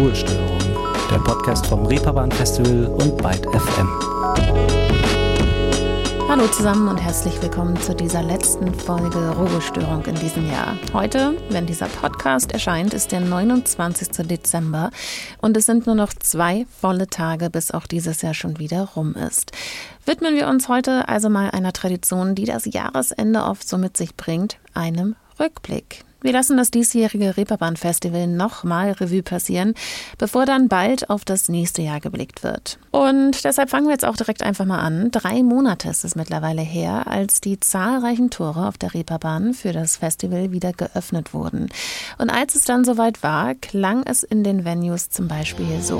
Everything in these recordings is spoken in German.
Ruhestörung, der Podcast vom Reeperbahn Festival und Byte FM. Hallo zusammen und herzlich willkommen zu dieser letzten Folge Ruhestörung in diesem Jahr. Heute, wenn dieser Podcast erscheint, ist der 29. Dezember und es sind nur noch 2 volle Tage, bis auch dieses Jahr schon wieder rum ist. Widmen wir uns heute also mal einer Tradition, die das Jahresende oft so mit sich bringt, einem Rückblick. Wir lassen das diesjährige Reeperbahn-Festival nochmal Revue passieren, bevor dann bald auf das nächste Jahr geblickt wird. Und deshalb fangen wir jetzt auch direkt einfach mal an. 3 Monate ist es mittlerweile her, als die zahlreichen Tore auf der Reeperbahn für das Festival wieder geöffnet wurden. Und als es dann soweit war, klang es in den Venues zum Beispiel so.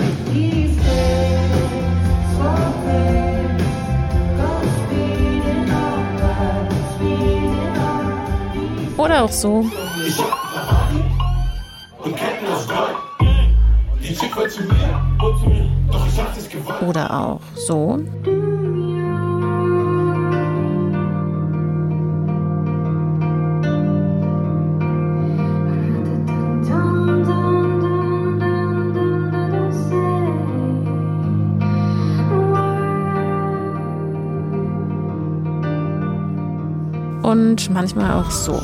Oder auch so. Oder auch so. Und manchmal auch so.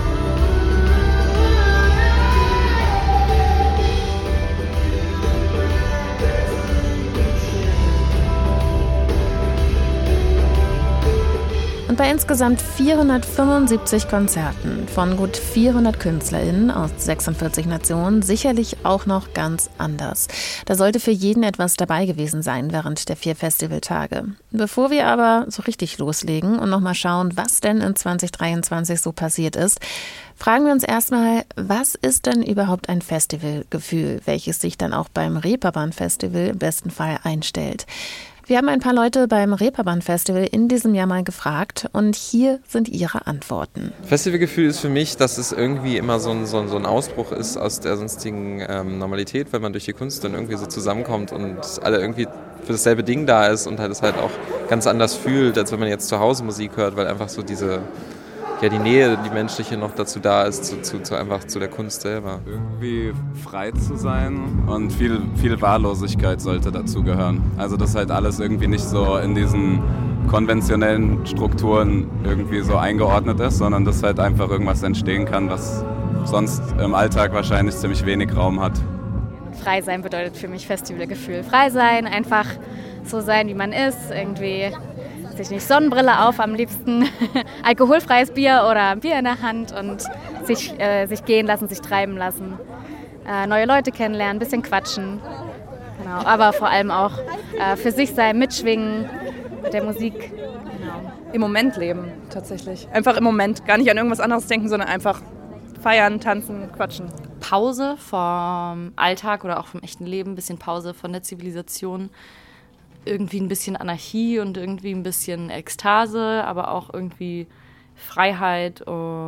Und bei insgesamt 475 Konzerten von gut 400 KünstlerInnen aus 46 Nationen sicherlich auch noch ganz anders. Da sollte für jeden etwas dabei gewesen sein während der 4 Festivaltage. Bevor wir aber so richtig loslegen und nochmal schauen, was denn in 2023 so passiert ist, fragen wir uns erstmal, was ist denn überhaupt ein Festivalgefühl, welches sich dann auch beim Reeperbahn-Festival im besten Fall einstellt? Wir haben ein paar Leute beim Reeperbahn-Festival in diesem Jahr mal gefragt und hier sind ihre Antworten. Festivalgefühl ist für mich, dass es irgendwie immer so ein Ausbruch ist aus der sonstigen Normalität, wenn man durch die Kunst dann irgendwie so zusammenkommt und alle irgendwie für dasselbe Ding da ist und halt es halt auch ganz anders fühlt, als wenn man jetzt zu Hause Musik hört, weil einfach so die Nähe, die menschliche noch dazu da ist, einfach zu der Kunst selber. Irgendwie frei zu sein und viel Wahllosigkeit sollte dazugehören. Also dass halt alles irgendwie nicht so in diesen konventionellen Strukturen irgendwie so eingeordnet ist, sondern dass halt einfach irgendwas entstehen kann, was sonst im Alltag wahrscheinlich ziemlich wenig Raum hat. Frei sein bedeutet für mich Festivalgefühl. Frei sein, einfach so sein, wie man ist, irgendwie sich nicht Sonnenbrille auf, am liebsten alkoholfreies Bier oder Bier in der Hand und sich gehen lassen, sich treiben lassen, neue Leute kennenlernen, ein bisschen quatschen, genau. Aber vor allem auch für sich sein, mitschwingen mit der Musik. Genau. Im Moment leben, tatsächlich. Einfach im Moment, gar nicht an irgendwas anderes denken, sondern einfach feiern, tanzen, quatschen. Pause vom Alltag oder auch vom echten Leben, ein bisschen Pause von der Zivilisation. Irgendwie ein bisschen Anarchie und irgendwie ein bisschen Ekstase, aber auch irgendwie Freiheit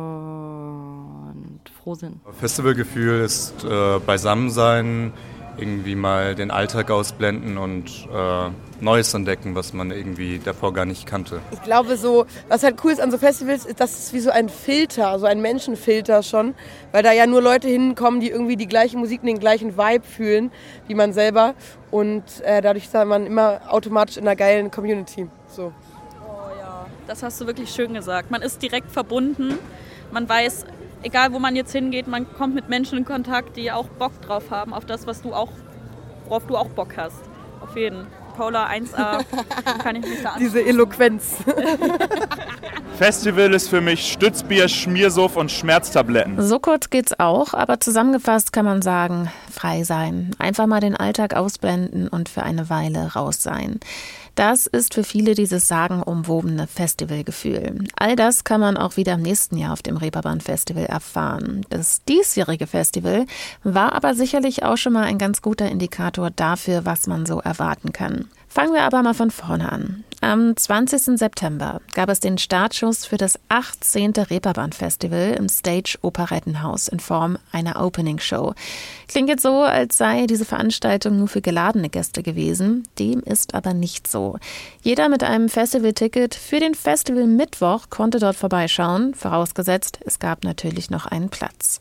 und Frohsinn. Festivalgefühl ist Beisammensein, irgendwie mal den Alltag ausblenden und Neues entdecken, was man irgendwie davor gar nicht kannte. Ich glaube so, was halt cool ist an so Festivals, ist, dass es wie so ein Filter, so ein Menschenfilter schon, weil da ja nur Leute hinkommen, die irgendwie die gleiche Musik und den gleichen Vibe fühlen, wie man selber und dadurch ist man immer automatisch in einer geilen Community. So. Oh ja, das hast du wirklich schön gesagt. Man ist direkt verbunden, man weiß, egal wo man jetzt hingeht, man kommt mit Menschen in Kontakt, die auch Bock drauf haben, auf das, worauf du auch Bock hast. Auf jeden. Paula 1A, kann ich mich da anschließen. Diese Eloquenz. Festival ist für mich Stützbier, Schmiersuff und Schmerztabletten. So kurz geht's auch, aber zusammengefasst kann man sagen, frei sein. Einfach mal den Alltag ausblenden und für eine Weile raus sein. Das ist für viele dieses sagenumwobene Festivalgefühl. All das kann man auch wieder im nächsten Jahr auf dem Reeperbahn-Festival erfahren. Das diesjährige Festival war aber sicherlich auch schon mal ein ganz guter Indikator dafür, was man so erwarten kann. Fangen wir aber mal von vorne an. Am 20. September gab es den Startschuss für das 18. Reeperbahn-Festival im Stage Operettenhaus in Form einer Opening-Show. Klingt jetzt so, als sei diese Veranstaltung nur für geladene Gäste gewesen. Dem ist aber nicht so. Jeder mit einem Festivalticket für den Festival Mittwoch konnte dort vorbeischauen, vorausgesetzt, es gab natürlich noch einen Platz.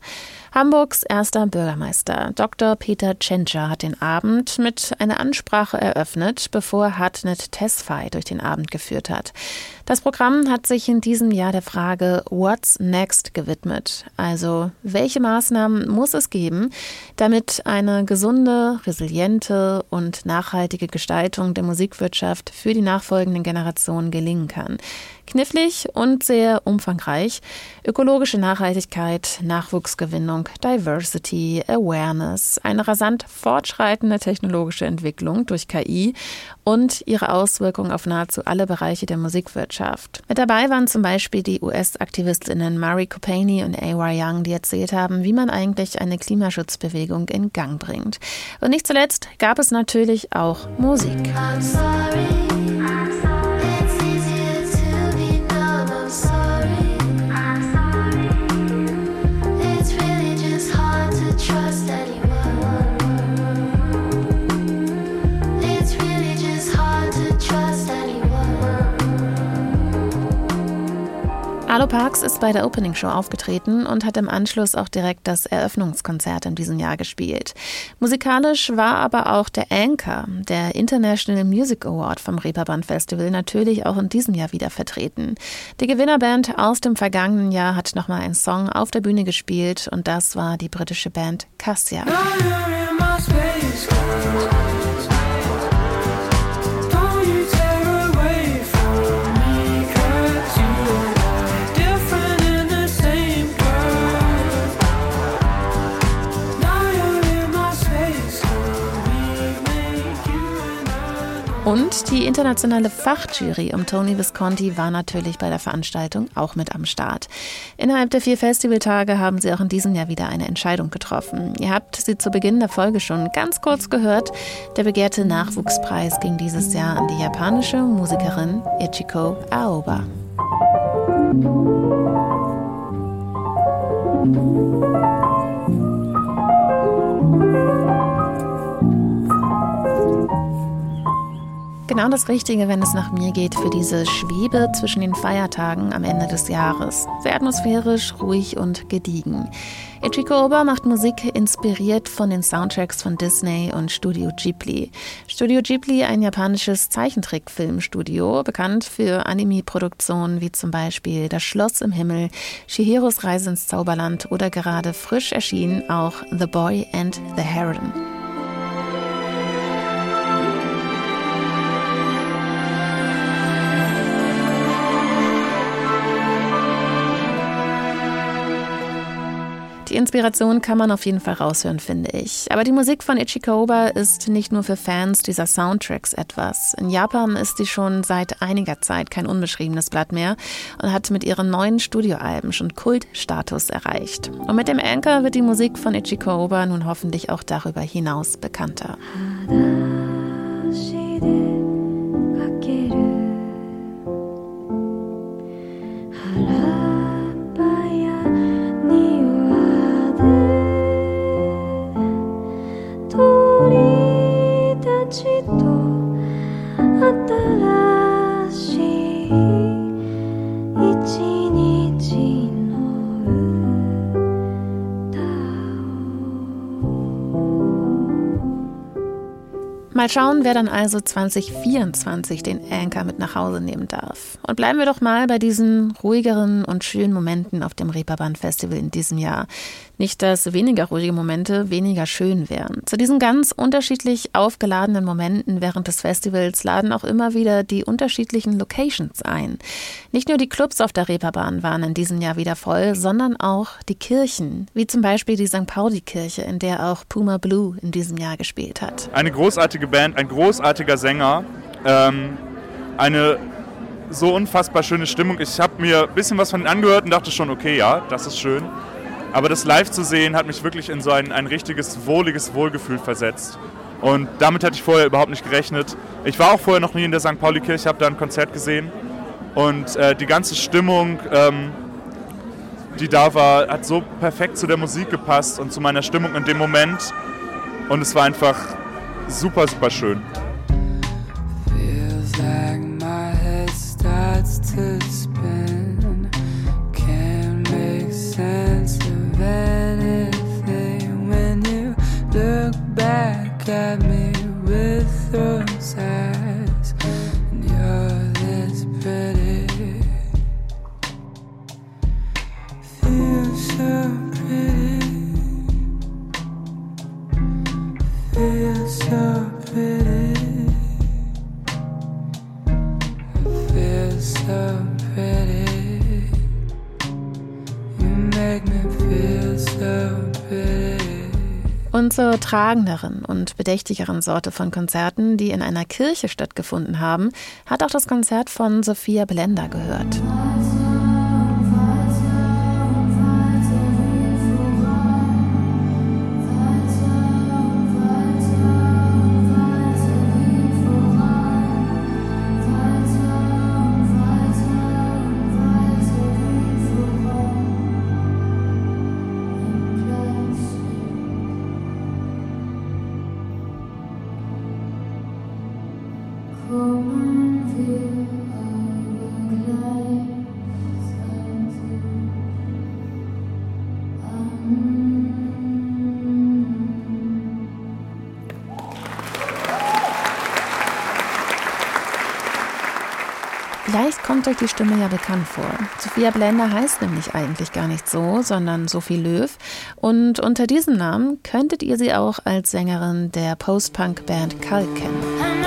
Hamburgs erster Bürgermeister, Dr. Peter Tschentscher, hat den Abend mit einer Ansprache eröffnet, bevor Hartnett Tesfaye durch den Abend geführt hat. Das Programm hat sich in diesem Jahr der Frage What's Next gewidmet. Also, welche Maßnahmen muss es geben, damit eine gesunde, resiliente und nachhaltige Gestaltung der Musikwirtschaft für die nachfolgenden Generationen gelingen kann. Knifflig und sehr umfangreich. Ökologische Nachhaltigkeit, Nachwuchsgewinnung, Diversity, Awareness, eine rasant fortschreitende technologische Entwicklung durch KI und ihre Auswirkungen auf nahezu alle Bereiche der Musikwirtschaft. Mit dabei waren zum Beispiel die US-AktivistInnen Mari Copani und A.Y. Young, die erzählt haben, wie man eigentlich eine Klimaschutzbewegung in Gang bringt. Und nicht zuletzt gab es natürlich auch Musik. I'm sorry. Arlo Parks ist bei der Opening Show aufgetreten und hat im Anschluss auch direkt das Eröffnungskonzert in diesem Jahr gespielt. Musikalisch war aber auch der Anchor, der International Music Award vom Reeperbahn Festival, natürlich auch in diesem Jahr wieder vertreten. Die Gewinnerband aus dem vergangenen Jahr hat nochmal einen Song auf der Bühne gespielt und das war die britische Band Cassia. Und die internationale Fachjury um Tony Visconti war natürlich bei der Veranstaltung auch mit am Start. Innerhalb der 4 Festivaltage haben sie auch in diesem Jahr wieder eine Entscheidung getroffen. Ihr habt sie zu Beginn der Folge schon ganz kurz gehört. Der begehrte Nachwuchspreis ging dieses Jahr an die japanische Musikerin Ichiko Aoba. Genau das Richtige, wenn es nach mir geht, für diese Schwebe zwischen den Feiertagen am Ende des Jahres. Sehr atmosphärisch, ruhig und gediegen. Ichiko Aoba macht Musik inspiriert von den Soundtracks von Disney und Studio Ghibli. Studio Ghibli, ein japanisches Zeichentrickfilmstudio, bekannt für Anime-Produktionen wie zum Beispiel Das Schloss im Himmel, Chihiros Reise ins Zauberland oder gerade frisch erschienen auch The Boy and the Heron. Die Inspiration kann man auf jeden Fall raushören, finde ich. Aber die Musik von Ichiko Aoba ist nicht nur für Fans dieser Soundtracks etwas. In Japan ist sie schon seit einiger Zeit kein unbeschriebenes Blatt mehr und hat mit ihren neuen Studioalben schon Kultstatus erreicht. Und mit dem Anchor wird die Musik von Ichiko Aoba nun hoffentlich auch darüber hinaus bekannter. Mal schauen, wer dann also 2024 den Anchor mit nach Hause nehmen darf. Und bleiben wir doch mal bei diesen ruhigeren und schönen Momenten auf dem Reeperbahn Festival in diesem Jahr. Nicht, dass weniger ruhige Momente weniger schön wären. Zu diesen ganz unterschiedlich aufgeladenen Momenten während des Festivals laden auch immer wieder die unterschiedlichen Locations ein. Nicht nur die Clubs auf der Reeperbahn waren in diesem Jahr wieder voll, sondern auch die Kirchen, wie zum Beispiel die St. Pauli-Kirche, in der auch Puma Blue in diesem Jahr gespielt hat. Eine großartige Band, ein großartiger Sänger, eine so unfassbar schöne Stimmung. Ich habe mir ein bisschen was von ihnen angehört und dachte schon, okay, ja, das ist schön. Aber das live zu sehen, hat mich wirklich in so ein richtiges, wohliges Wohlgefühl versetzt. Und damit hatte ich vorher überhaupt nicht gerechnet. Ich war auch vorher noch nie in der St. Pauli-Kirche, habe da ein Konzert gesehen. Und die ganze Stimmung, die da war, hat so perfekt zu der Musik gepasst und zu meiner Stimmung in dem Moment. Und es war einfach super, super schön. Feels like my head starts to spin. Can't make sense of anything. look at me with those eyes, and you're this pretty. Feel so pretty. Feel so pretty. Feel so pretty. You make me feel so pretty. Und zur tragenderen und bedächtigeren Sorte von Konzerten, die in einer Kirche stattgefunden haben, hat auch das Konzert von Sophia Blender gehört. Vielleicht kommt euch die Stimme ja bekannt vor. Sophia Blender heißt nämlich eigentlich gar nicht so, sondern Sophie Löw. Und unter diesem Namen könntet ihr sie auch als Sängerin der Post-Punk-Band Kalk kennen.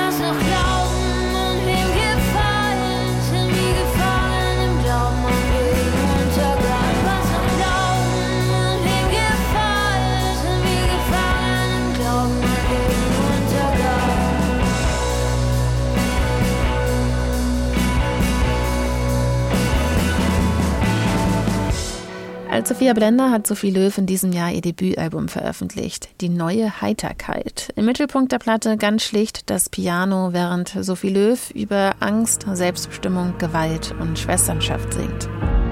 Als Sophia Blender hat Sophie Löw in diesem Jahr ihr Debütalbum veröffentlicht, Die neue Heiterkeit. Im Mittelpunkt der Platte ganz schlicht das Piano, während Sophie Löw über Angst, Selbstbestimmung, Gewalt und Schwesternschaft singt.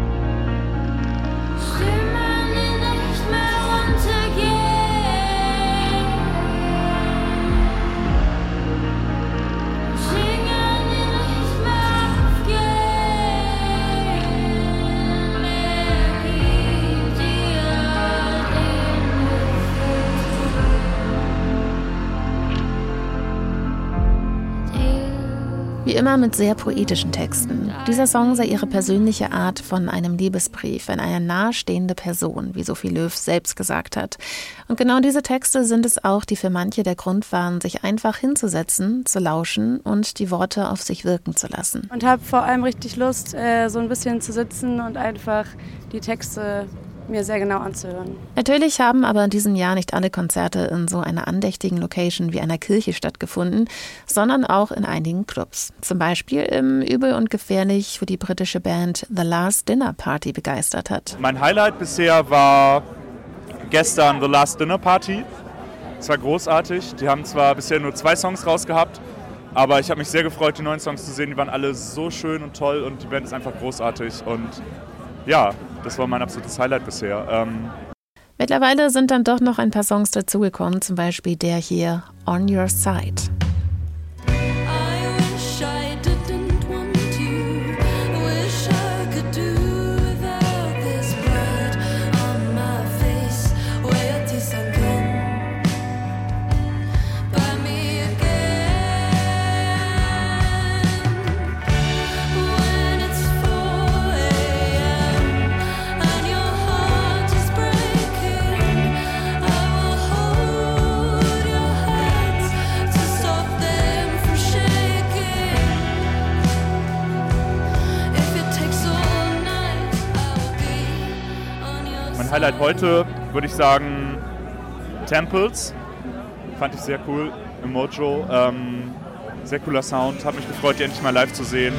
Wie immer mit sehr poetischen Texten. Dieser Song sei ihre persönliche Art von einem Liebesbrief an eine nahestehende Person, wie Sophie Löw selbst gesagt hat. Und genau diese Texte sind es auch, die für manche der Grund waren, sich einfach hinzusetzen, zu lauschen und die Worte auf sich wirken zu lassen. Und habe vor allem richtig Lust, so ein bisschen zu sitzen und einfach die Texte mir sehr genau anzuhören. Natürlich haben aber in diesem Jahr nicht alle Konzerte in so einer andächtigen Location wie einer Kirche stattgefunden, sondern auch in einigen Clubs. Zum Beispiel im Übel und Gefährlich, wo die britische Band The Last Dinner Party begeistert hat. Mein Highlight bisher war gestern The Last Dinner Party. Es war großartig. Die haben zwar bisher nur 2 Songs rausgehabt, aber ich habe mich sehr gefreut, die neuen Songs zu sehen. Die waren alle so schön und toll und die Band ist einfach großartig. Und ja, das war mein absolutes Highlight bisher. Mittlerweile sind dann doch noch ein paar Songs dazugekommen, zum Beispiel der hier, On Your Side. Highlight heute würde ich sagen Temples, fand ich sehr cool im Mojo, sehr cooler Sound, habe mich gefreut, die endlich mal live zu sehen.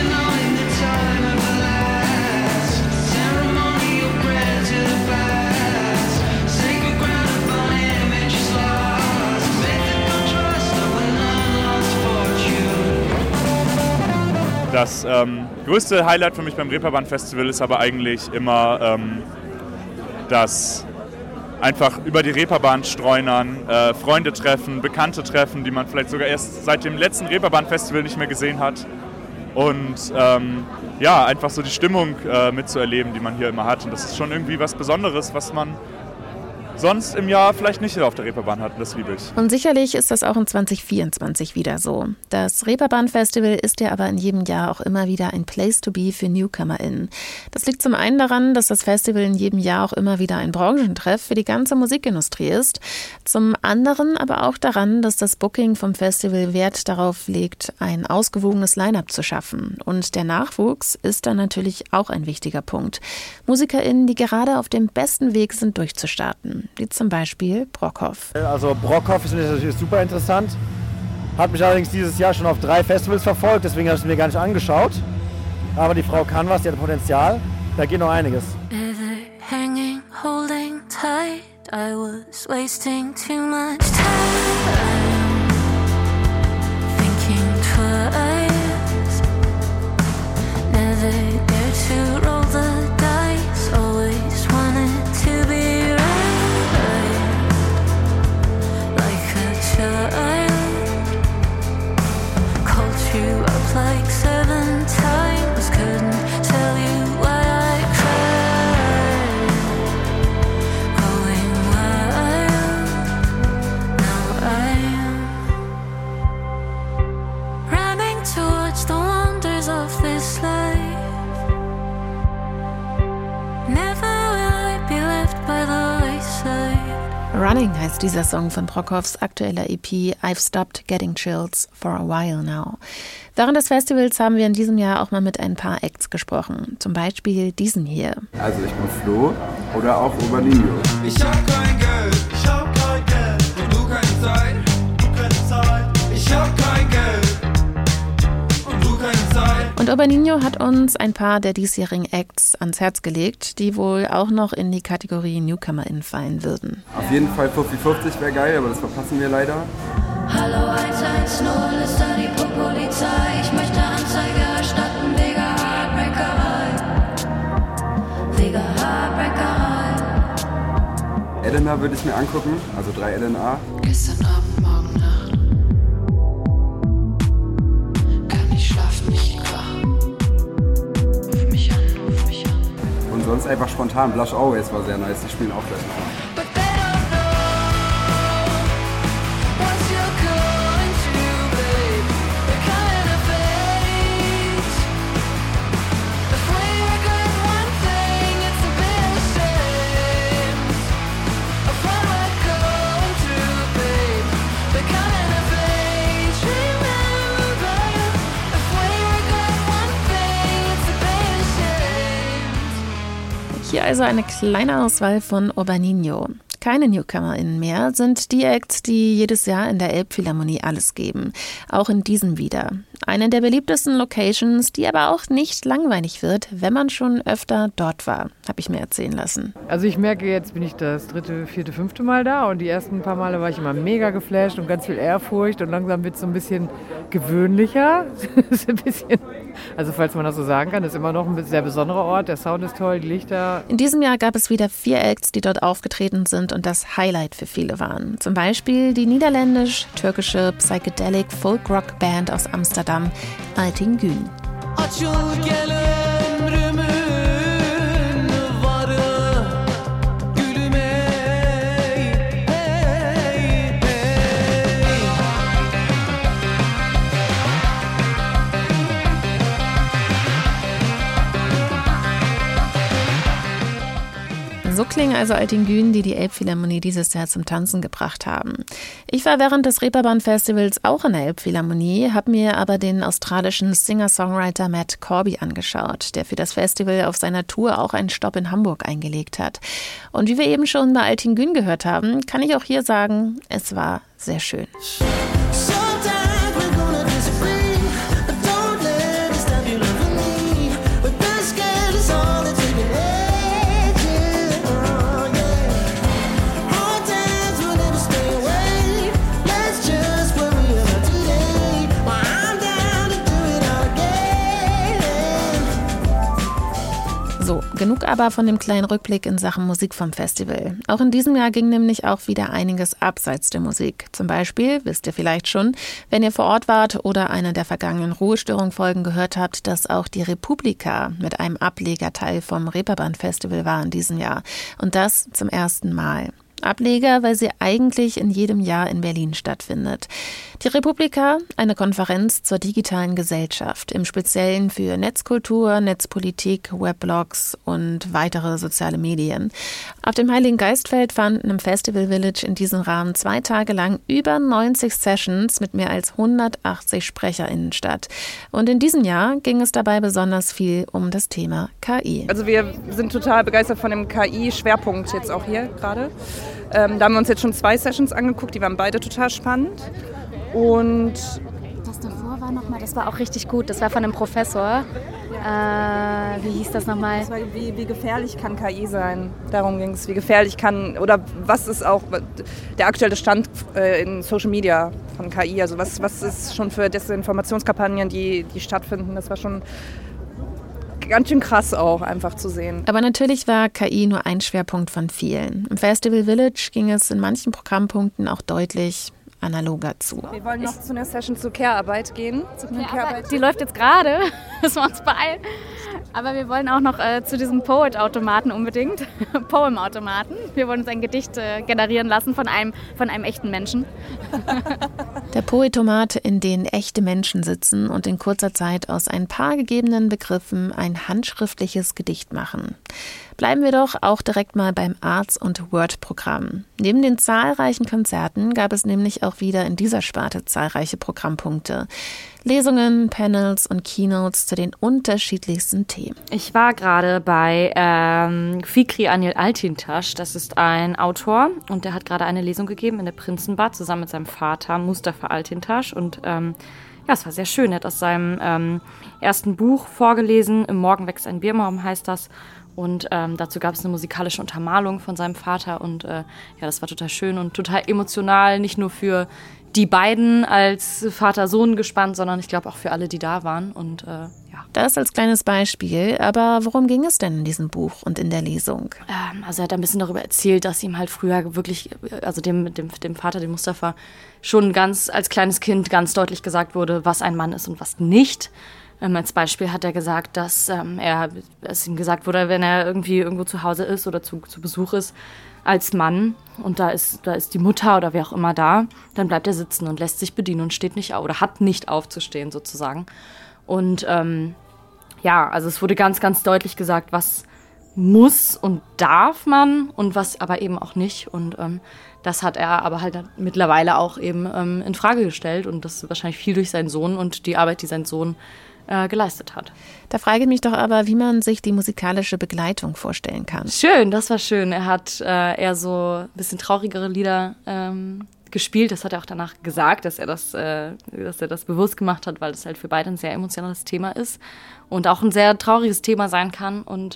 Das größte Highlight für mich beim Reeperbahn Festival ist aber eigentlich immer das einfach über die Reeperbahn streunern, Freunde treffen, Bekannte treffen, die man vielleicht sogar erst seit dem letzten Reeperbahn Festival nicht mehr gesehen hat. Und ja, einfach so die Stimmung mitzuerleben, die man hier immer hat. Und das ist schon irgendwie was Besonderes, was man sonst im Jahr vielleicht nicht auf der Reeperbahn hatten. Das liebe ich. Und sicherlich ist das auch in 2024 wieder so. Das Reeperbahn-Festival ist ja aber in jedem Jahr auch immer wieder ein Place to be für NewcomerInnen. Das liegt zum einen daran, dass das Festival in jedem Jahr auch immer wieder ein Branchentreff für die ganze Musikindustrie ist. Zum anderen aber auch daran, dass das Booking vom Festival Wert darauf legt, ein ausgewogenes Line-up zu schaffen. Und der Nachwuchs ist dann natürlich auch ein wichtiger Punkt. MusikerInnen, die gerade auf dem besten Weg sind, durchzustarten. Wie zum Beispiel Brockhoff. Also Brockhoff ist natürlich super interessant. Hat mich allerdings dieses Jahr schon auf 3 Festivals verfolgt, deswegen habe ich es mir gar nicht angeschaut. Aber die Frau kann was, die hat Potenzial. Da geht noch einiges. Hanging, holding tight, I was wasting too much time. Thinking twice, never dare to roll the dice, always wanted to be right, like a child, called you up like 7 times, couldn't tell you why I cried, going wild, now I am running towards the wonders of this life. Never will I be left by the wayside. Running heißt dieser Song von Brockhoffs aktueller EP I've Stopped Getting Chills for a While Now. Während des Festivals haben wir in diesem Jahr auch mal mit ein paar Acts gesprochen. Zum Beispiel diesen hier. Also ich bin Flo oder auch Urbaninho. Ich hab kein Geld, und du keine Zeit, ich hab kein Geld, und du keine Zeit. Und Urbaninho hat uns ein paar der diesjährigen Acts ans Herz gelegt, die wohl auch noch in die Kategorie NewcomerInnen fallen würden. Auf jeden Fall 50-50 wäre geil, aber das verpassen wir leider. Hallo 110, ist da die Polizei? Ich möchte Anzeige erstatten wegen Heartbreakerei. Elena würde ich mir angucken, also 3 LNA. Gestern Abend, morgen Nacht. Kann ich schlafen, nicht wach. Ruf mich an. Und sonst einfach spontan. Blush Always war sehr nice, die spielen auch gleich noch. Hier also eine kleine Auswahl von Urbaninho. Keine NewcomerInnen mehr sind die Acts, die jedes Jahr in der Elbphilharmonie alles geben. Auch in diesem wieder. Eine der beliebtesten Locations, die aber auch nicht langweilig wird, wenn man schon öfter dort war, habe ich mir erzählen lassen. Also ich merke, jetzt bin ich das 3., 4., 5. Mal da und die ersten paar Male war ich immer mega geflasht und ganz viel Ehrfurcht und langsam wird es so ein bisschen gewöhnlicher. Ist ein bisschen, also falls man das so sagen kann, ist immer noch ein sehr besonderer Ort, der Sound ist toll, die Lichter. In diesem Jahr gab es wieder 4 Acts, die dort aufgetreten sind und das Highlight für viele waren. Zum Beispiel die niederländisch-türkische Psychedelic Folk-Rock-Band aus Amsterdam, Altingün. So klingen also Altingün, die Elbphilharmonie dieses Jahr zum Tanzen gebracht haben. Ich war während des Reeperbahn-Festivals auch in der Elbphilharmonie, habe mir aber den australischen Singer-Songwriter Matt Corby angeschaut, der für das Festival auf seiner Tour auch einen Stopp in Hamburg eingelegt hat. Und wie wir eben schon bei Altingün gehört haben, kann ich auch hier sagen, es war sehr schön. Genug aber von dem kleinen Rückblick in Sachen Musik vom Festival. Auch in diesem Jahr ging nämlich auch wieder einiges abseits der Musik. Zum Beispiel, wisst ihr vielleicht schon, wenn ihr vor Ort wart oder eine der vergangenen Ruhestörung-Folgen gehört habt, dass auch die Republika mit einem Ablegerteil vom Reeperbahn Festival war in diesem Jahr. Und das zum ersten Mal. Ableger, weil sie eigentlich in jedem Jahr in Berlin stattfindet. Die Republika, eine Konferenz zur digitalen Gesellschaft, im Speziellen für Netzkultur, Netzpolitik, Weblogs und weitere soziale Medien. Auf dem Heiligen Geistfeld fanden im Festival Village in diesem Rahmen 2 Tage lang über 90 Sessions mit mehr als 180 SprecherInnen statt. Und in diesem Jahr ging es dabei besonders viel um das Thema KI. Also wir sind total begeistert von dem KI-Schwerpunkt jetzt auch hier gerade. Da haben wir uns jetzt schon 2 Sessions angeguckt, die waren beide total spannend. Und das davor war nochmal, das war auch richtig gut, das war von einem Professor. Wie hieß das nochmal? Das war, wie gefährlich kann KI sein? Darum ging es, wie gefährlich kann, oder was ist auch der aktuelle Stand in Social Media von KI? Also was ist schon für Desinformationskampagnen, die stattfinden? Das war schon ganz schön krass auch einfach zu sehen. Aber natürlich war KI nur ein Schwerpunkt von vielen. Im Festival Village ging es in manchen Programmpunkten auch deutlich analoger zu. Wir wollen noch zu einer Session zur Care-Arbeit gehen. Die läuft jetzt gerade, müssen wir uns beeilen. Aber wir wollen auch noch zu diesem Poet-Automaten unbedingt, Poem-Automaten. Wir wollen uns ein Gedicht generieren lassen von einem echten Menschen. Der Poetomat, in dem echte Menschen sitzen und in kurzer Zeit aus ein paar gegebenen Begriffen ein handschriftliches Gedicht machen. Bleiben wir doch auch direkt mal beim Arts- und Word-Programm. Neben den zahlreichen Konzerten gab es nämlich auch wieder in dieser Sparte zahlreiche Programmpunkte. Lesungen, Panels und Keynotes zu den unterschiedlichsten Themen. Ich war gerade bei Fikri Anil Altintasch. Das ist ein Autor und der hat gerade eine Lesung gegeben in der Prinzenbad zusammen mit seinem Vater Mustafa Altintasch. Und es war sehr schön. Er hat aus seinem ersten Buch vorgelesen. Im Morgen wächst ein Birnbaum heißt das. Und dazu gab es eine musikalische Untermalung von seinem Vater. Und das war total schön und total emotional. Nicht nur für die beiden als Vater-Sohn gespannt, sondern ich glaube auch für alle, die da waren. Und Das als kleines Beispiel. Aber worum ging es denn in diesem Buch und in der Lesung? Also er hat ein bisschen darüber erzählt, dass ihm halt früher wirklich, also dem Vater, dem Mustafa, schon ganz als kleines Kind ganz deutlich gesagt wurde, was ein Mann ist und was nicht. Als Beispiel hat er gesagt, dass es ihm gesagt wurde, wenn er irgendwie irgendwo zu Hause ist oder zu Besuch ist, als Mann und da ist die Mutter oder wer auch immer da, dann bleibt er sitzen und lässt sich bedienen und steht nicht auf oder hat nicht aufzustehen sozusagen. Und also es wurde ganz, ganz deutlich gesagt, was muss und darf man und was aber eben auch nicht. Und das hat er aber halt mittlerweile auch eben in Frage gestellt und das wahrscheinlich viel durch seinen Sohn und die Arbeit, die sein Sohn geleistet hat. Da frage ich mich doch aber, wie man sich die musikalische Begleitung vorstellen kann. Schön, das war schön. Er hat eher so ein bisschen traurigere Lieder gespielt. Das hat er auch danach gesagt, dass er das bewusst gemacht hat, weil das halt für beide ein sehr emotionales Thema ist und auch ein sehr trauriges Thema sein kann und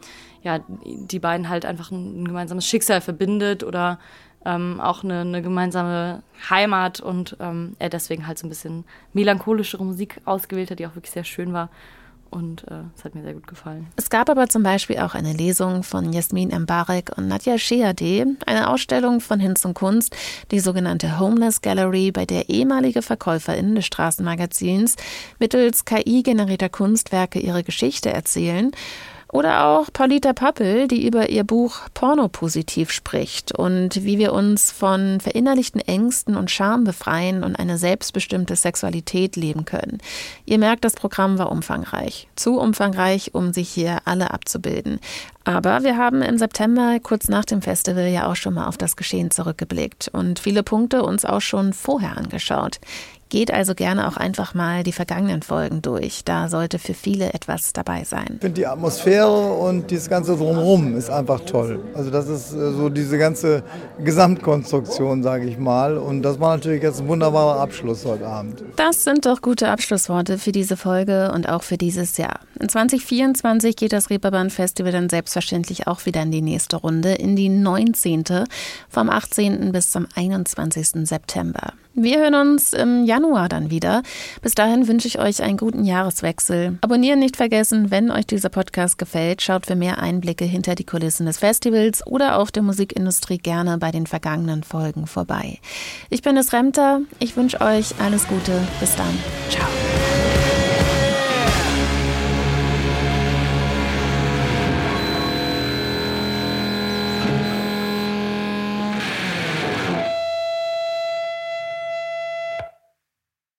die beiden halt einfach ein gemeinsames Schicksal verbindet oder auch eine gemeinsame Heimat und er deswegen halt so ein bisschen melancholischere Musik ausgewählt hat, die auch wirklich sehr schön war. Und es hat mir sehr gut gefallen. Es gab aber zum Beispiel auch eine Lesung von Jasmin Mbarek und Nadja Sheadeh, eine Ausstellung von Hinz und Kunst, die sogenannte Homeless Gallery, bei der ehemalige VerkäuferInnen des Straßenmagazins mittels KI-generierter Kunstwerke ihre Geschichte erzählen. Oder auch Paulita Pappel, die über ihr Buch Pornopositiv spricht und wie wir uns von verinnerlichten Ängsten und Scham befreien und eine selbstbestimmte Sexualität leben können. Ihr merkt, das Programm war umfangreich. Zu umfangreich, um sich hier alle abzubilden. Aber wir haben im September, kurz nach dem Festival, ja auch schon mal auf das Geschehen zurückgeblickt und viele Punkte uns auch schon vorher angeschaut. Geht also gerne auch einfach mal die vergangenen Folgen durch. Da sollte für viele etwas dabei sein. Ich finde die Atmosphäre und dieses ganze Drumherum ist einfach toll. Also das ist so diese ganze Gesamtkonstruktion, sage ich mal. Und das war natürlich jetzt ein wunderbarer Abschluss heute Abend. Das sind doch gute Abschlussworte für diese Folge und auch für dieses Jahr. In 2024 geht das Reeperbahn Festival dann selbstverständlich auch wieder in die nächste Runde, in die 19. vom 18. bis zum 21. September. Wir hören uns im Januar dann wieder. Bis dahin wünsche ich euch einen guten Jahreswechsel. Abonnieren nicht vergessen, wenn euch dieser Podcast gefällt. Schaut für mehr Einblicke hinter die Kulissen des Festivals oder auf der Musikindustrie gerne bei den vergangenen Folgen vorbei. Ich bin Nis Remter. Ich wünsche euch alles Gute. Bis dann. Ciao.